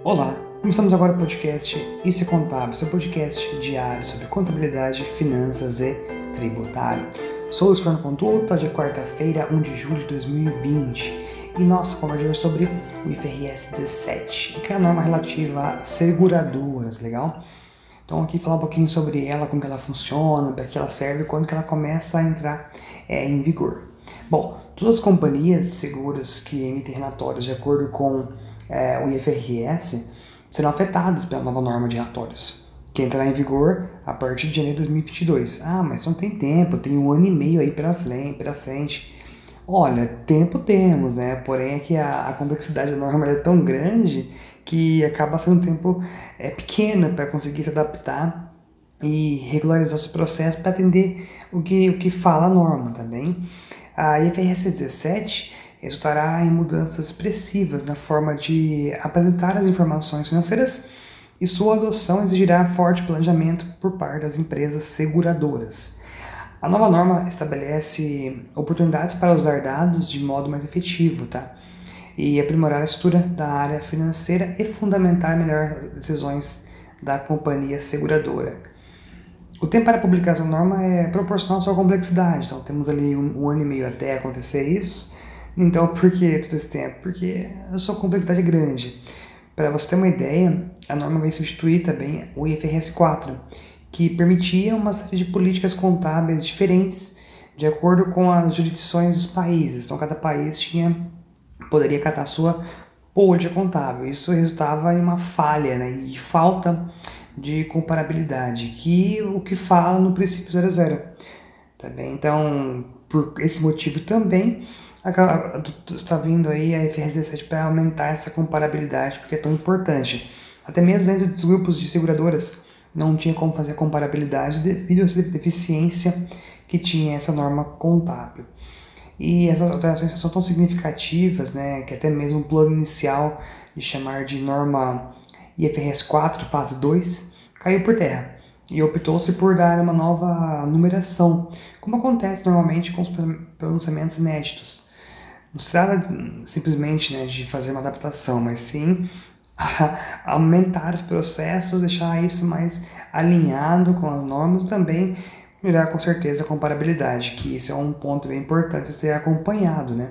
Olá, começamos agora o podcast Isso é Contábil, seu podcast diário sobre contabilidade, finanças e tributário. Sou o Luiz Fernando Contuta, de quarta-feira, 1 de julho de 2020, e nossa conversa hoje é sobre o IFRS 17, que é a norma relativa a seguradoras, legal? Então aqui falar um pouquinho sobre ela, como que ela funciona, para que ela serve e quando que ela começa a entrar em vigor. Bom, todas as companhias de seguros que emitem relatórios de acordo com o IFRS serão afetadas pela nova norma de relatórios, que entrará em vigor a partir de janeiro de 2022. Ah, mas não tem tempo, tem 1 ano e meio aí pela frente. Olha, tempo temos, né? Porém é que a complexidade da norma é tão grande que acaba sendo um tempo pequeno para conseguir se adaptar e regularizar seu processo para atender o que fala a norma, tá bem? A IFRS 17 resultará em mudanças expressivas na forma de apresentar as informações financeiras e sua adoção exigirá forte planejamento por parte das empresas seguradoras. A nova norma estabelece oportunidades para usar dados de modo mais efetivo, tá? E aprimorar a estrutura da área financeira e fundamentar melhor decisões da companhia seguradora. O tempo para a publicação da norma é proporcional à sua complexidade, então temos ali um ano e meio até acontecer isso. Então, por que todo esse tempo? Porque a sua complexidade é grande. Para você ter uma ideia, a norma vai substituir também o IFRS 4, que permitia uma série de políticas contábeis diferentes de acordo com as jurisdições dos países. Então, cada país poderia catar a sua política contábil. Isso resultava em uma falha, né, e falta de comparabilidade, o que fala no princípio 00. Tá bem? Então, por esse motivo também, está vindo aí a IFRS 17 para aumentar essa comparabilidade, porque é tão importante. Até mesmo dentro dos grupos de seguradoras, não tinha como fazer a comparabilidade devido a essa deficiência que tinha essa norma contábil. E essas alterações são tão significativas, né, que até mesmo o plano inicial de chamar de norma IFRS 4, fase 2, caiu por terra. E optou-se por dar uma nova numeração, como acontece normalmente com os pronunciamentos inéditos. Não se trata simplesmente, né, de fazer uma adaptação, mas sim aumentar os processos, deixar isso mais alinhado com as normas, também melhorar com certeza a comparabilidade, que isso é um ponto bem importante a ser acompanhado, né?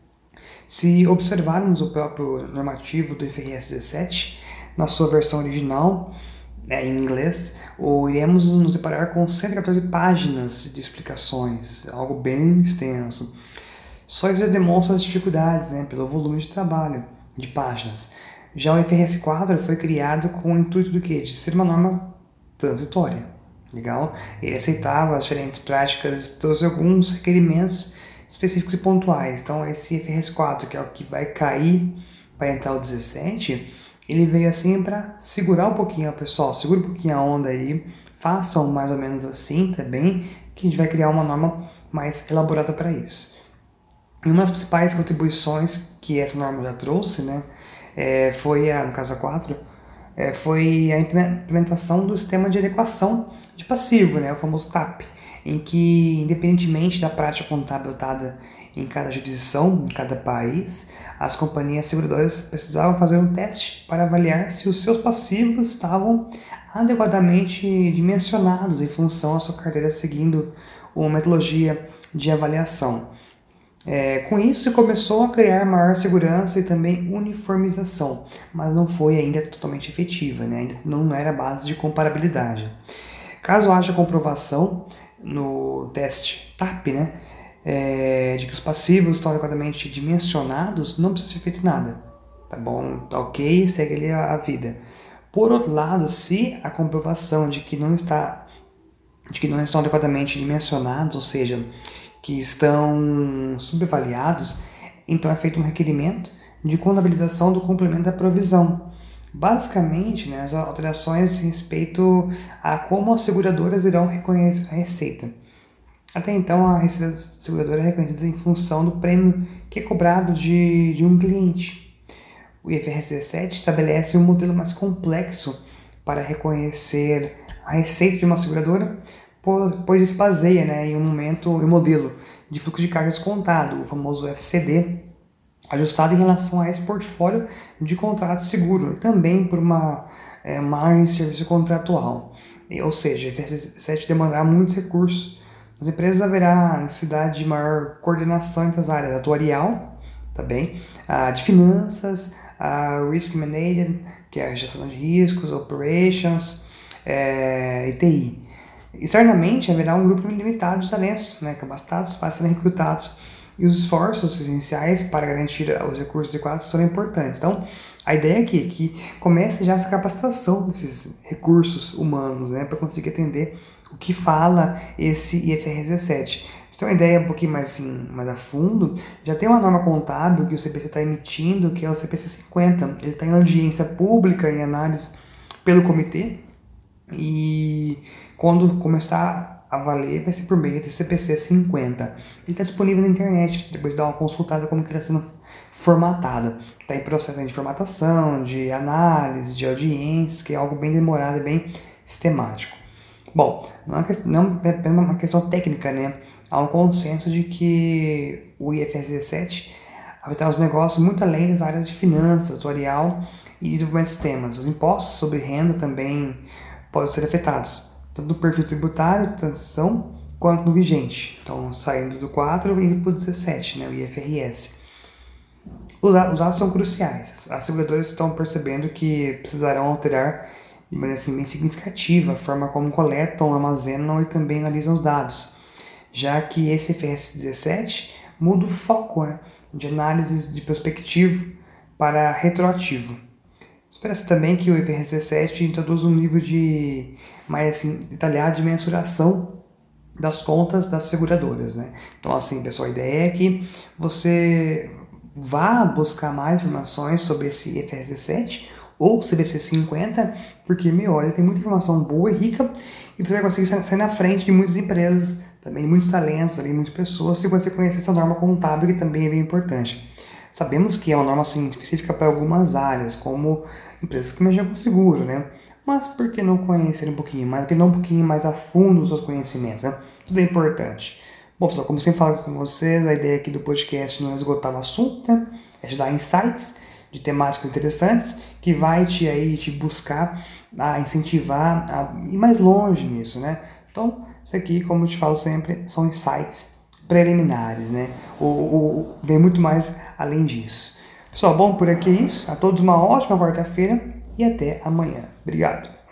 Se observarmos o próprio normativo do IFRS 17, na sua versão original, em inglês, iremos nos deparar com 114 páginas de explicações, algo bem extenso. Só isso já demonstra as dificuldades, né, pelo volume de trabalho de páginas. Já o IFRS 4 foi criado com o intuito do quê? De ser uma norma transitória. Legal? Ele aceitava as diferentes práticas, trouxe alguns requerimentos específicos e pontuais. Então, esse IFRS 4, que é o que vai cair para entrar o 17, ele veio assim para segurar um pouquinho, pessoal, segura um pouquinho a onda aí, façam mais ou menos assim, tá bem? Que a gente vai criar uma norma mais elaborada para isso. E uma das principais contribuições que essa norma já trouxe, né, foi no caso a 4, foi a implementação do sistema de adequação de passivo, né, o famoso TAP, em que, independentemente da prática contábil adotada em cada jurisdição, em cada país, as companhias seguradoras precisavam fazer um teste para avaliar se os seus passivos estavam adequadamente dimensionados em função à sua carteira, seguindo uma metodologia de avaliação. Com isso, se começou a criar maior segurança e também uniformização, mas não foi ainda totalmente efetiva, né? Ainda não era base de comparabilidade. Caso haja comprovação no teste TAP, né, de que os passivos estão adequadamente dimensionados, não precisa ser feito nada, tá bom? Tá ok, segue ali a vida. Por outro lado, se a comprovação de que não estão adequadamente dimensionados, ou seja, que estão subavaliados, então é feito um requerimento de contabilização do complemento da provisão. Basicamente, né, as alterações dizem respeito a como as seguradoras irão reconhecer a receita. Até então, a receita seguradora é reconhecida em função do prêmio que é cobrado de um cliente. O IFRS 17 estabelece um modelo mais complexo para reconhecer a receita de uma seguradora, pois se baseia, né, em um modelo de fluxo de caixa descontado, o famoso FCD, ajustado em relação a esse portfólio de contrato seguro, e também por uma margem de serviço contratual. Ou seja, a IFRS 7 demandará muitos recursos. Nas empresas haverá necessidade de maior coordenação entre as áreas atuarial, tá bem? De finanças, risk management, que é a gestão de riscos, operations, e TI. Externamente, haverá um grupo limitado de talentos, capacitados para serem recrutados, e os esforços essenciais para garantir os recursos adequados serão importantes. Então, a ideia aqui é que comece já essa capacitação desses recursos humanos, para conseguir atender o que fala esse IFRS 17. Para ter uma ideia um pouquinho mais a fundo, já tem uma norma contábil que o CPC está emitindo, que é o CPC 50. Ele está em audiência pública, em análise pelo comitê, e quando começar a valer vai ser por meio do CPC 50. Ele está disponível na internet, depois dá uma consultada como que está sendo formatada. Está em processo de formatação, de análise, de audiências, que é algo bem demorado e bem sistemático. Bom, não é apenas uma questão técnica, Há um consenso de que o IFRS 17 afetará os negócios muito além das áreas de finanças, atuarial e desenvolvimento de sistemas. Os impostos sobre renda também podem ser afetados, tanto no perfil tributário de transição quanto no vigente. Então, saindo do 4 e indo para o 17, o IFRS. Os dados são cruciais. As seguradoras estão percebendo que precisarão alterar de maneira bem significativa a forma como coletam, armazenam e também analisam os dados, já que esse IFRS 17 muda o foco de análise de prospectivo para retroativo. Espera-se também que o IFRS 17 introduza um nível de mais detalhado de mensuração das contas das seguradoras, Então, pessoal, a ideia é que você vá buscar mais informações sobre esse IFRS 17 ou CPC 50, porque, olha, tem muita informação boa e rica e você vai conseguir sair na frente de muitas empresas, também muitos talentos, muitas pessoas, se você conhecer essa norma contábil, que também é bem importante. Sabemos que é uma norma específica para algumas áreas, como empresas que mexem com seguro, Mas por que não conhecer um pouquinho mais, porque não um pouquinho mais a fundo os seus conhecimentos, Tudo é importante. Bom, pessoal, como sempre falo com vocês, a ideia aqui do podcast não é esgotar o assunto, É te dar insights de temáticas interessantes que vai te buscar a incentivar a ir mais longe nisso, Então, isso aqui, como eu te falo sempre, são insights preliminares, Vem muito mais além disso. Pessoal, bom, por aqui é isso. A todos uma ótima quarta-feira e até amanhã. Obrigado.